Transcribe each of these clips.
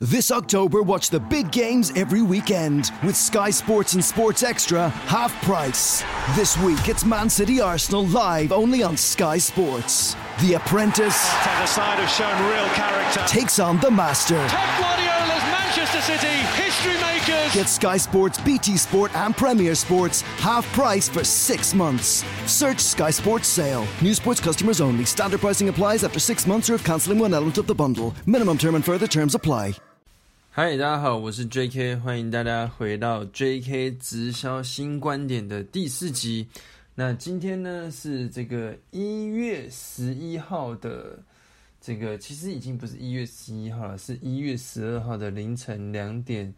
This October, watch the big games every weekend with Sky Sports and Sports Extra half price. This week, it's Man City Arsenal live only on Sky Sports. The Apprentice Arteta side have shown real character. Takes on the Master. Pep Guardiola's Manchester City, history makers. Get Sky Sports, BT Sport and Premier Sports half price for 6 months. Search Sky Sports Sale. New sports customers only. Standard pricing applies after 6 months or if cancelling one element of the bundle. Minimum term and further terms apply. 嗨，大家好，我是 JK， 欢迎大家回到 JK 直销新观点的第4集。那今天呢是这个1月11号的这个，其实已经不是1月11号了，是1月12号的凌晨2点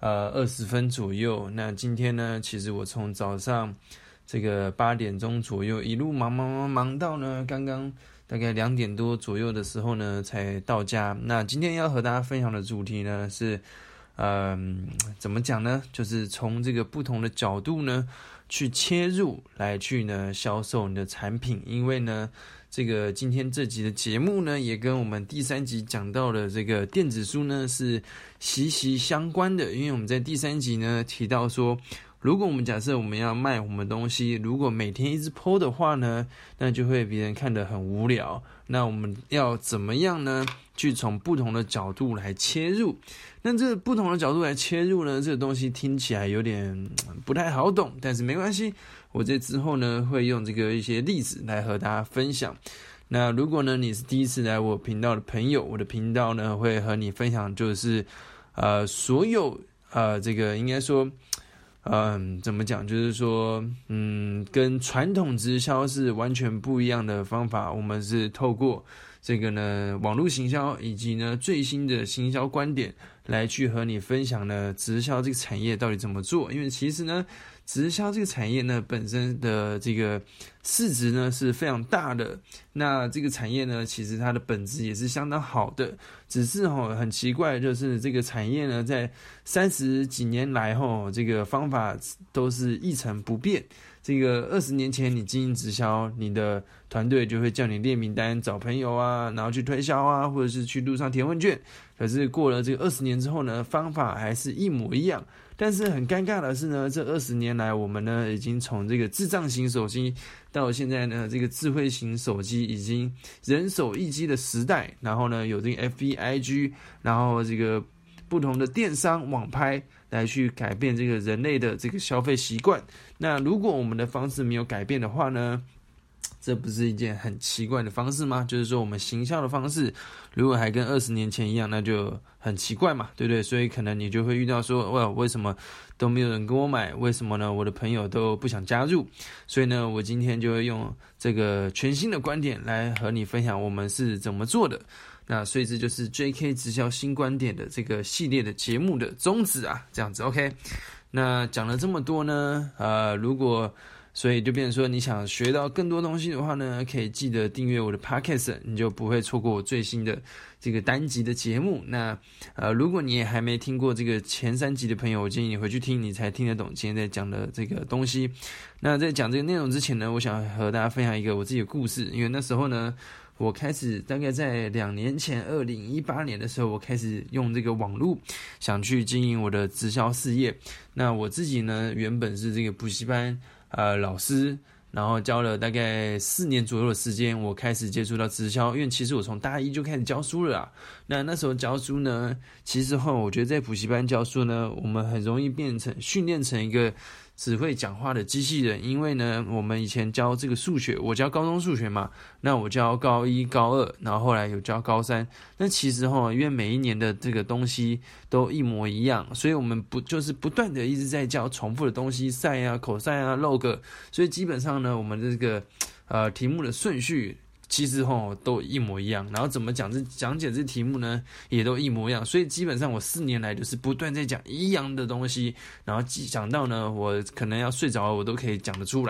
20分左右。那今天呢，其实我从早上这个8点钟左右一路忙到呢，刚刚大概2点多左右的时候呢，才到家。那今天要和大家分享的主题呢是，怎么讲呢？就是从这个不同的角度呢去切入，来去呢销售你的产品。因为呢，这个今天这集的节目呢，也跟我们第3集讲到的这个电子书呢是息息相关的。因为我们在第3集呢提到说，如果我们假设我们要卖我们东西，如果每天一直 po 的话呢，那就会别人看得很无聊。那我们要怎么样呢？去从不同的角度来切入。那这不同的角度来切入呢，这个东西听起来有点不太好懂，但是没关系，我在之后呢会用这个一些例子来和大家分享。那如果呢你是第一次来我频道的朋友，我的频道呢会和你分享就是所有这个应该说怎么讲？就是说，跟传统直销是完全不一样的方法。我们是透过这个呢网络行销以及呢最新的行销观点来去和你分享呢直销这个产业到底怎么做。因为其实呢，直销这个产业呢本身的这个市值呢是非常大的。那这个产业呢，其实它的本质也是相当好的，只是很奇怪，就是这个产业呢在30几年来这个方法都是一成不变。这个20年前你经营直销，你的团队就会叫你列名单找朋友啊，然后去推销啊，或者是去路上填问卷。可是过了这个20年之后呢，方法还是一模一样。但是很尴尬的是呢，这20年来我们呢已经从这个智障型手机到现在呢这个智慧型手机，已经人手一机的时代。然后呢有这个 FB、IG， 然后这个不同的电商网拍来去改变这个人类的这个消费习惯。那如果我们的方式没有改变的话呢，这不是一件很奇怪的方式吗？就是说我们行销的方式如果还跟20年前一样，那就很奇怪嘛，对不对？所以可能你就会遇到说，为什么都没有人跟我买？为什么呢？我的朋友都不想加入。所以呢，我今天就会用这个全新的观点来和你分享我们是怎么做的。那所以这就是 JK 直销新观点的这个系列的节目的宗旨啊，这样子 OK。那讲了这么多呢，所以就变成说，你想学到更多东西的话呢，可以记得订阅我的 Podcast， 你就不会错过我最新的这个单集的节目。那如果你也还没听过这个前3集的朋友，我建议你回去听，你才听得懂今天在讲的这个东西。那在讲这个内容之前呢，我想和大家分享一个我自己的故事。因为那时候呢，我开始大概在2年前2018年的时候，我开始用这个网络想去经营我的直销事业。那我自己呢，原本是这个补习班老师，然后教了大概4年左右的时间，我开始接触到直销。因为其实我从大1就开始教书了啊。那时候教书呢，其实我觉得在补习班教书呢，我们很容易训练成一个只会讲话的机器人。因为呢，我们以前教这个数学，我教高中数学嘛，那我教高1、高2，然后后来有教高3。那其实因为每一年的这个东西都一模一样，所以我们就是不断的一直在教重复的东西，sin 啊、cos 啊、log， 所以基本上呢，我们这个题目的顺序其实都一模一样，然后怎么讲解这题目呢，也都一模一样。所以基本上我4年来就是不断在讲一样的东西，然后讲到呢，我可能要睡着了，我都可以讲得出来。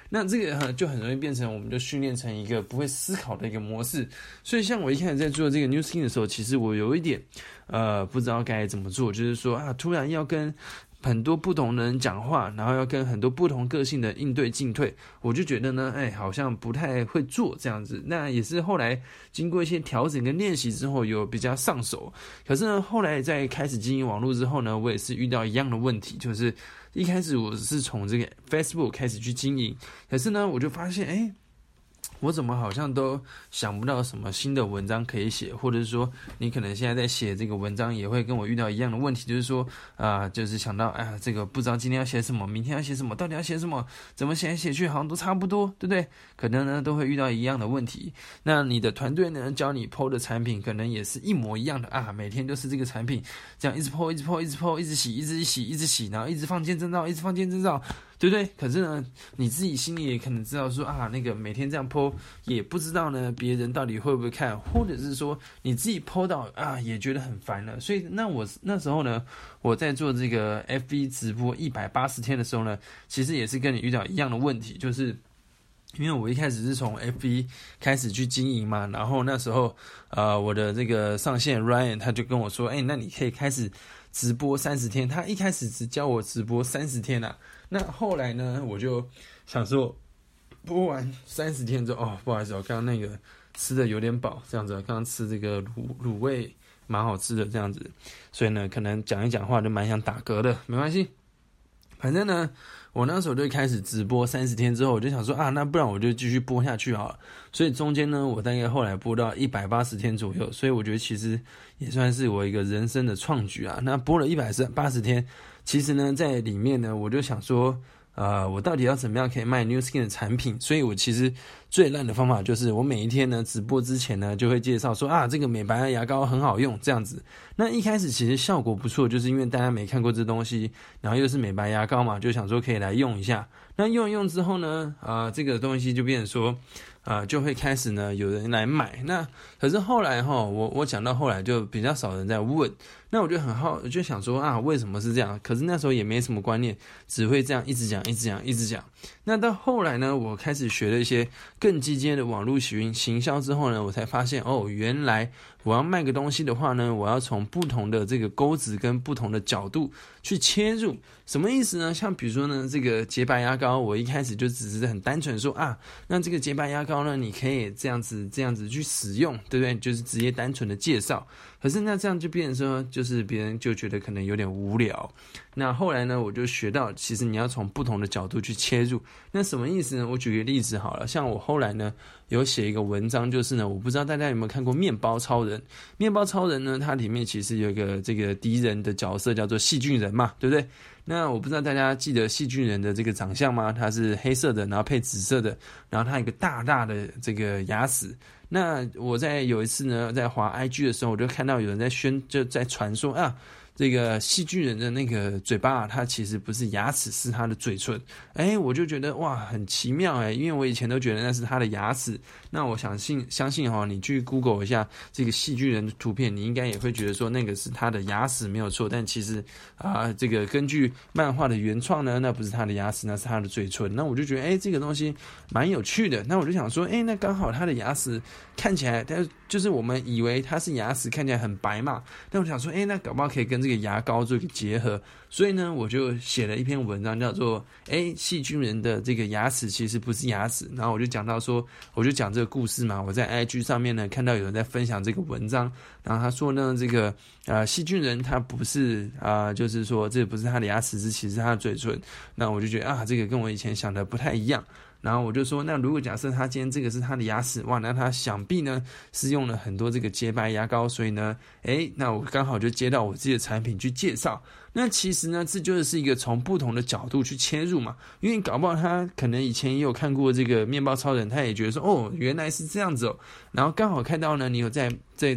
那这个就很容易变成我们就训练成一个不会思考的一个模式。所以像我一开始在做这个 Nu Skin 的时候，其实我有一点不知道该怎么做，就是说突然要跟很多不同的人讲话，然后要跟很多不同个性的应对进退，我就觉得呢，好像不太会做这样子。那也是后来经过一些调整跟练习之后，有比较上手。可是呢，后来在开始经营网络之后呢，我也是遇到一样的问题，就是一开始我是从这个 Facebook 开始去经营，可是呢，我就发现，我怎么好像都想不到什么新的文章可以写，或者是说你可能现在在写这个文章也会跟我遇到一样的问题，就是说就是想到这个不知道今天要写什么，明天要写什么，到底要写什么，怎么写来写去好像都差不多，对不对？可能呢都会遇到一样的问题。那你的团队呢教你 PO 的产品可能也是一模一样的每天都是这个产品，这样一直 PO 一直 PO 一直 PO 一直洗一直洗一直洗，然后一直放见证照一直放见证照，对不对？可是呢你自己心里也可能知道说那个每天这样 PO也不知道呢别人到底会不会看，或者是说你自己 PO 到也觉得很烦了。所以我那时候呢，我在做这个 FB 直播180天的时候呢，其实也是跟你遇到一样的问题，就是因为我一开始是从 FB 开始去经营嘛，然后那时候我的这个上线 Ryan 他就跟我说，那你可以开始直播30天，他一开始只教我直播30天那后来呢我就想说播完30天之后，不好意思，我刚刚那个吃的有点饱，这样子，刚刚吃这个卤味蛮好吃的这样子，所以呢可能讲一讲话就蛮想打嗝的，没关系。反正呢我那时候就开始直播30天之后，我就想说那不然我就继续播下去好了。所以中间呢我大概后来播到180天左右，所以我觉得其实也算是我一个人生的创举那播了180天，其实呢在里面呢我就想说我到底要怎么样可以卖 Nu Skin 的产品？所以我其实最烂的方法就是我每一天呢直播之前呢就会介绍说这个美白牙膏很好用这样子。那一开始其实效果不错，就是因为大家没看过这东西，然后又是美白牙膏嘛，就想说可以来用一下。那用一用之后呢这个东西就变成说就会开始呢有人来买。那可是后来我讲到后来就比较少人在问，那我就想说为什么是这样？可是那时候也没什么观念，只会这样一直讲。那到后来呢我开始学了一些更基尖的网络行销之后呢，我才发现原来我要卖个东西的话呢，我要从不同的这个钩子跟不同的角度去切入。什么意思呢？像比如说呢这个洁白牙膏，我一开始就只是很单纯说那这个洁白牙膏呢你可以这样子去使用，对不对？就是直接单纯的介绍。可是那这样就变成说就是别人就觉得可能有点无聊。那后来呢我就学到其实你要从不同的角度去切入。那什么意思呢？我举个例子好了，像我后来呢有写一个文章，就是呢我不知道大家有没有看过面包超人。面包超人呢它里面其实有一个这个敌人的角色叫做细菌人嘛，对不对？那我不知道大家记得细菌人的这个长相吗？他是黑色的，然后配紫色的，然后他有一个大大的这个牙齿。那我在有一次呢在滑 IG 的时候，我就看到有人就在传说这个细菌人的那个嘴巴它其实不是牙齿，是他的嘴唇。我就觉得很奇妙因为我以前都觉得那是他的牙齿。那我相信你去 Google 一下这个细菌人的图片，你应该也会觉得说那个是他的牙齿没有错，但其实这个根据漫画的原创呢，那不是他的牙齿，那是他的嘴唇。那我就觉得这个东西蛮有趣的。那我就想说那刚好他的牙齿看起来，但就是我们以为他是牙齿看起来很白嘛，但我想说那搞不好可以跟这个牙膏做一个结合。所以呢我就写了一篇文章叫做细菌人的这个牙齿其实不是牙齿。然后我就讲这个故事嘛，我在 IG 上面呢看到有人在分享这个文章，然后他说呢这个细菌人他不是就是说这不是他的牙齿，是其实是他的嘴唇。那我就觉得这个跟我以前想的不太一样。然后我就说，那如果假设他今天这个是他的牙齿，那他想必呢是用了很多这个洁白牙膏，所以呢那我刚好就接到我自己的产品去介绍。那其实呢这就是一个从不同的角度去切入嘛，因为搞不好他可能以前也有看过这个面包超人，他也觉得说原来是这样子然后刚好看到呢你有在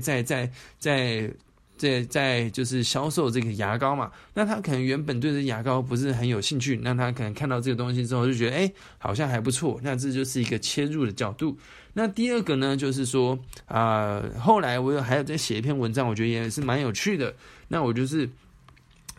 就是销售这个牙膏嘛，那他可能原本对这牙膏不是很有兴趣，那他可能看到这个东西之后就觉得好像还不错，那这就是一个切入的角度。那第二个呢就是说后来我还有在写一篇文章，我觉得也是蛮有趣的。那我就是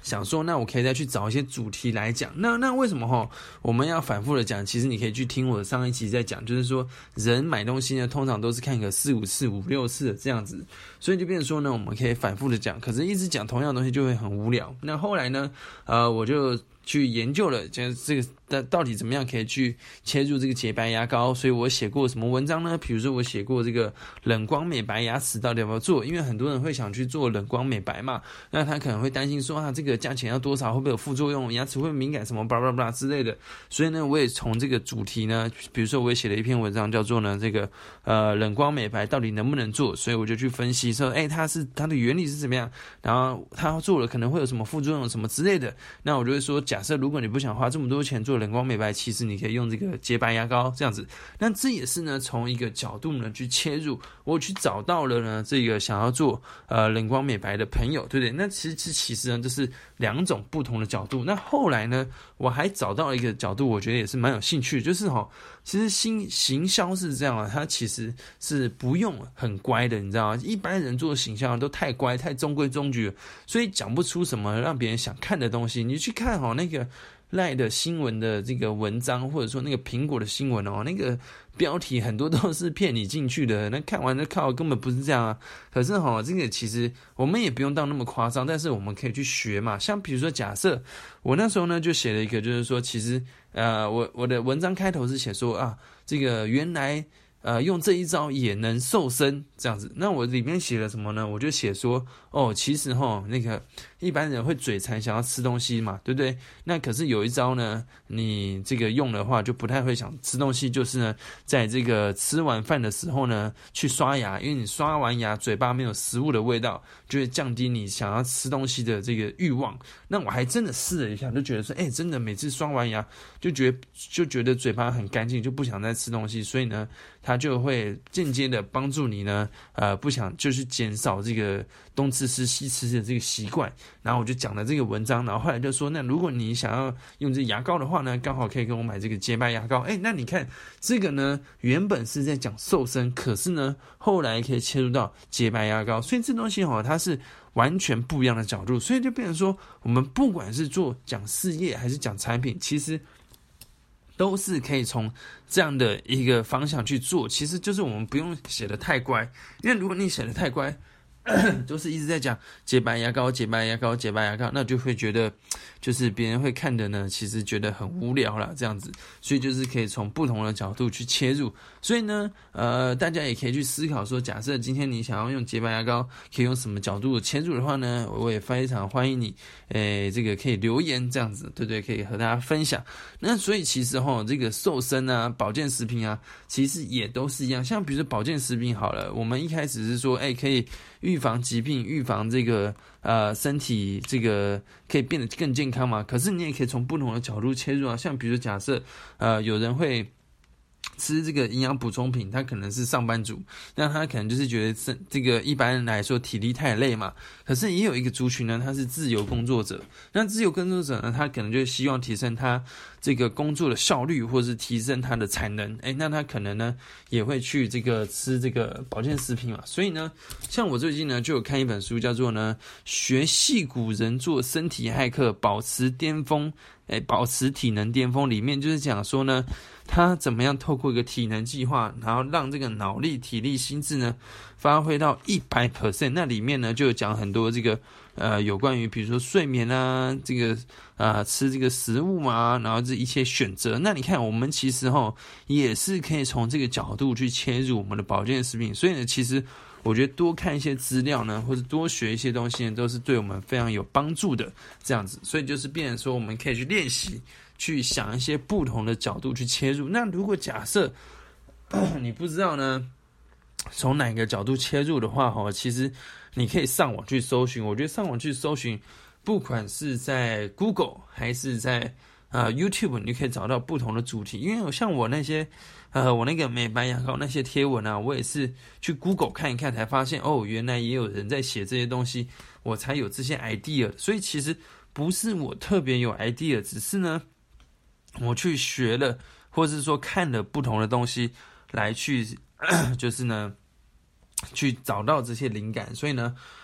想说，那我可以再去找一些主题来讲。那为什么我们要反复的讲？其实你可以去听我的上一期在讲，就是说人买东西呢，通常都是看个4、5次、5、6次的这样子，所以就变成说呢，我们可以反复的讲，可是一直讲同样的东西就会很无聊。那后来呢，我就去研究了，这个到底怎么样可以去切入这个洁白牙膏，所以我写过什么文章呢？比如说我写过这个冷光美白牙齿到底要不要做，因为很多人会想去做冷光美白嘛，那他可能会担心说这个价钱要多少，会不会有副作用，牙齿会敏感什么巴拉巴拉之类的，所以呢我也从这个主题呢，比如说我也写了一篇文章叫做呢这个冷光美白到底能不能做，所以我就去分析说它的原理是怎么样，然后它做了可能会有什么副作用什么之类的，那我就会说假设如果你不想花这么多钱做冷光美白，其实你可以用这个洁白牙膏这样子。那这也是呢从一个角度呢去切入，我去找到了呢这个想要做冷光美白的朋友，对不对？那其实呢这是2种不同的角度。那后来呢我还找到了一个角度，我觉得也是蛮有兴趣的，就是其实行销是这样啊，它其实是不用很乖的，你知道吗？一般人做行销都太乖太中规中矩了，所以讲不出什么让别人想看的东西。你去看那个赖的新闻的这个文章，或者说那个苹果的新闻那个标题很多都是骗你进去的，那看完就靠根本不是这样啊。可是这个其实我们也不用到那么夸张，但是我们可以去学嘛。像比如说假设我那时候呢就写了一个，就是说其实我的文章开头是写说这个原来用这一招也能瘦身这样子。那我里面写了什么呢？我就写说其实那个一般人会嘴馋想要吃东西嘛，对不对？那可是有一招呢，你这个用的话就不太会想吃东西，就是呢在这个吃完饭的时候呢去刷牙，因为你刷完牙嘴巴没有食物的味道，就会降低你想要吃东西的这个欲望。那我还真的试了一下，就觉得说真的每次刷完牙就觉得嘴巴很干净，就不想再吃东西，所以呢它就会间接的帮助你呢不想就是减少这个东吃吃西吃的这个习惯。然后我就讲了这个文章，然后后来就说那如果你想要用这牙膏的话呢，刚好可以跟我买这个洁白牙膏。那你看这个呢原本是在讲瘦身，可是呢后来可以切入到洁白牙膏，所以这东西它是完全不一样的角度，所以就变成说我们不管是讲事业还是讲产品，其实都是可以从这样的一个方向去做。其实就是我们不用写得太乖，因为如果你写得太乖就是一直在讲洁白牙膏洁白牙膏洁白牙膏，那就会觉得就是别人会看的呢其实觉得很无聊啦这样子。所以就是可以从不同的角度去切入。所以呢大家也可以去思考说，假设今天你想要用洁白牙膏可以用什么角度切入的话呢，我也非常欢迎你这个可以留言这样子，对不对？可以和大家分享。那所以其实这个瘦身啊保健食品啊其实也都是一样。像比如说保健食品好了，我们一开始是说可以预防疾病，预防这个身体这个可以变得更健康嘛。可是你也可以从不同的角度切入啊。像比如说假设有人会吃这个营养补充品，他可能是上班族，那他可能就是觉得这个一般人来说体力太累嘛。可是也有一个族群呢，他是自由工作者，那自由工作者呢，他可能就希望提升他这个工作的效率，或是提升他的产能，那他可能呢也会去这个吃这个保健食品嘛。所以呢像我最近呢就有看一本书，叫做呢学矽谷人做身体骇客，保持巅峰保持体能巅峰，里面就是讲说呢他怎么样透过一个体能计划，然后让这个脑力体力心智呢发挥到 100%。 那里面呢就有讲很多这个有关于比如说睡眠啊，这个吃这个食物啊，然后这一切选择。那你看我们其实也是可以从这个角度去切入我们的保健食品。所以呢其实我觉得多看一些资料呢，或者多学一些东西呢，都是对我们非常有帮助的这样子。所以就是变成说我们可以去练习，去想一些不同的角度去切入。那如果假设你不知道呢从哪个角度切入的话，其实你可以上网去搜寻。我觉得上网去搜寻，不管是在 Google 还是在YouTube， 你可以找到不同的主题。因为像我那些我那个美白牙膏那些贴文啊，我也是去 Google 看一看才发现原来也有人在写这些东西，我才有这些 idea。 所以其实不是我特别有 idea， 只是呢我去学了，或是说看了不同的东西来去就是呢去找到这些灵感。所以呢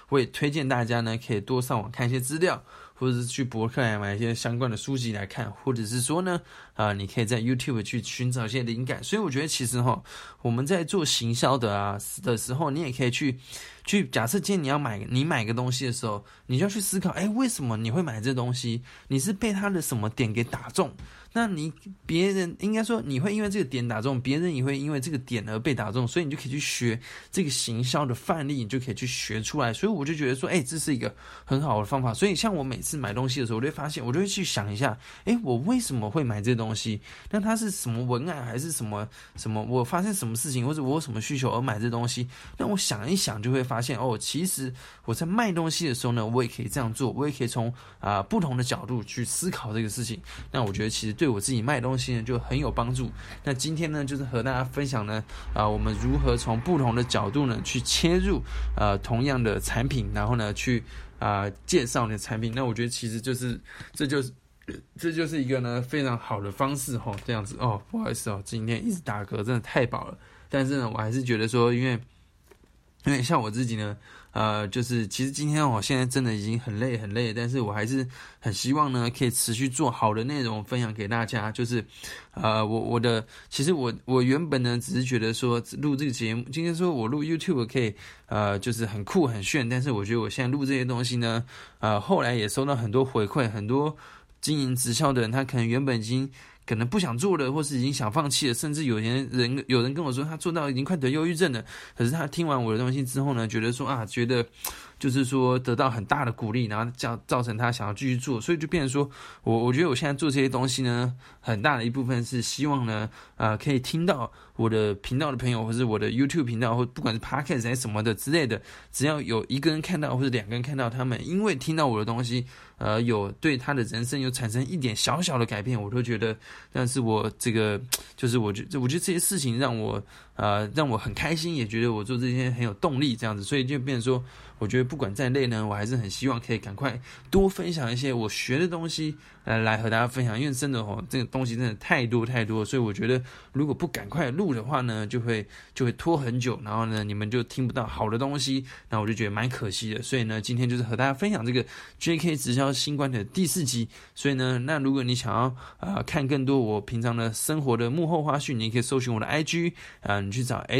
我也推荐大家呢可以多上网看一些资料，或者是去博客来买一些相关的书籍来看，或者是说呢你可以在 YouTube 去寻找一些灵感。所以我觉得其实我们在做行销的时候，你也可以去假设今天你买个东西的时候，你就要去思考，为什么你会买这东西？你是被它的什么点给打中？那别人应该说你会因为这个点打中，别人也会因为这个点而被打中，所以你就可以去学这个行销的范例，你就可以去学出来。所以我就觉得说，这是一个很好的方法。所以像我每次买东西的时候，我就会发现，我就会去想一下，我为什么会买这东西？那它是什么文案，还是什么？我发生什么事情，或者我有什么需求而买这东西？那我想一想，就会发现其实我在卖东西的时候呢，我也可以这样做，我也可以从不同的角度去思考这个事情。那我觉得其实对我自己卖东西呢就很有帮助。那今天呢就是和大家分享呢我们如何从不同的角度呢去切入同样的产品，然后呢去介绍你的产品。那我觉得其实这就是一个呢非常好的方式这样子不好意思今天一直打嗝，真的太饱了。但是呢我还是觉得说，因为像我自己呢就是其实今天我现在真的已经很累，但是我还是很希望呢可以持续做好的内容分享给大家。就是其实我原本呢只是觉得说录这个节目，今天说我录 YouTube 可以就是很酷很炫，但是我觉得我现在录这些东西呢后来也收到很多回馈，很多经营直销的人他可能不想做了，或是已经想放弃了，甚至有人跟我说他做到已经快得忧郁症了，可是他听完我的东西之后呢，觉得说觉得就是说得到很大的鼓励，然后造成他想要继续做。所以就变成说我觉得我现在做这些东西呢，很大的一部分是希望呢可以听到我的频道的朋友，或是我的 YouTube 频道，或不管是 Podcast 还是什么的之类的，只要有一个人看到或者两个人看到，他们因为听到我的东西有对他的人生有产生一点小小的改变，我都觉得但是我这个就是我觉得这些事情让我很开心，也觉得我做这些很有动力这样子。所以就变成说，我觉得不管再累呢，我还是很希望可以赶快多分享一些我学的东西来和大家分享。因为真的这个东西真的太多，所以我觉得如果不赶快录的话呢，就会拖很久，然后呢你们就听不到好的东西，那我就觉得蛮可惜的。所以呢今天就是和大家分享这个 JK 直销新观点的第4集。所以呢那如果你想要看更多我平常的生活的幕后花絮，你可以搜寻我的 IG 你去找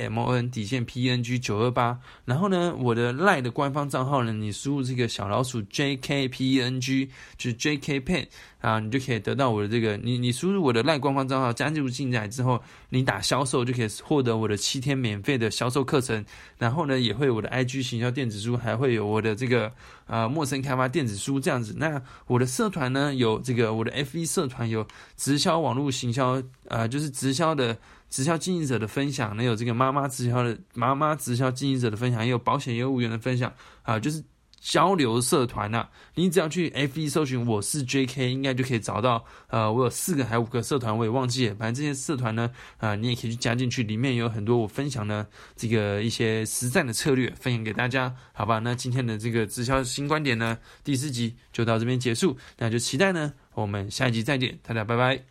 SIMON_PNG928，然后呢我的 LINE 的官方账号呢，你输入这个小老鼠 JKPNG 就是 JKPen你就可以得到我的这个你输入我的 LINE 官方账号加入进来之后，你打销售就可以获得我的7天免费的销售课程。然后呢也会有我的 IG 行销电子书，还会有我的这个陌生开发电子书这样子。那我的社团呢有这个我的 FB 社团有直销网络行销就是直销经营者的分享，有这个妈妈直销经营者的分享，也有保险业务员的分享就是交流社团你只要去 FB 搜寻我是 JK， 应该就可以找到我有4个还5个社团，我也忘记了，反正这些社团呢你也可以去加进去，里面有很多我分享的这个一些实战的策略分享给大家，好吧？那今天的这个直销新观点呢第4集就到这边结束，那就期待呢我们下一集再见，大家拜拜。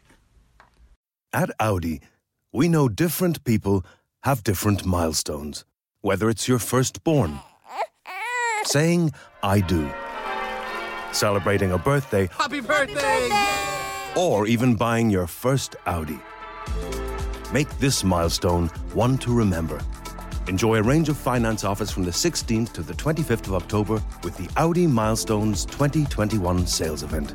At Audi, we know different people have different milestones. Whether it's your firstborn, saying I do, celebrating a birthday, Happy birthday! or even buying your first Audi. Make this milestone one to remember. Enjoy a range of finance offers from the 16th to the 25th of October with the Audi Milestones 2021 sales event.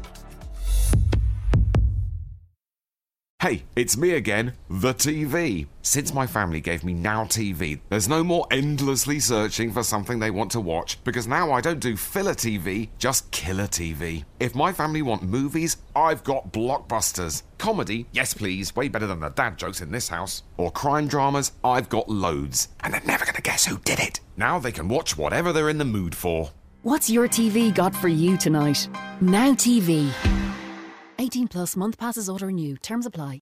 Hey, it's me again, the TV. Since my family gave me Now TV, there's no more endlessly searching for something they want to watch, because now I don't do filler TV, just killer TV. If my family want movies, I've got blockbusters. Comedy, yes please, way better than the dad jokes in this house. Or crime dramas, I've got loads. And they're never gonna guess who did it. Now they can watch whatever they're in the mood for. What's your TV got for you tonight? Now TV. 18 plus month passes auto renew. Terms apply.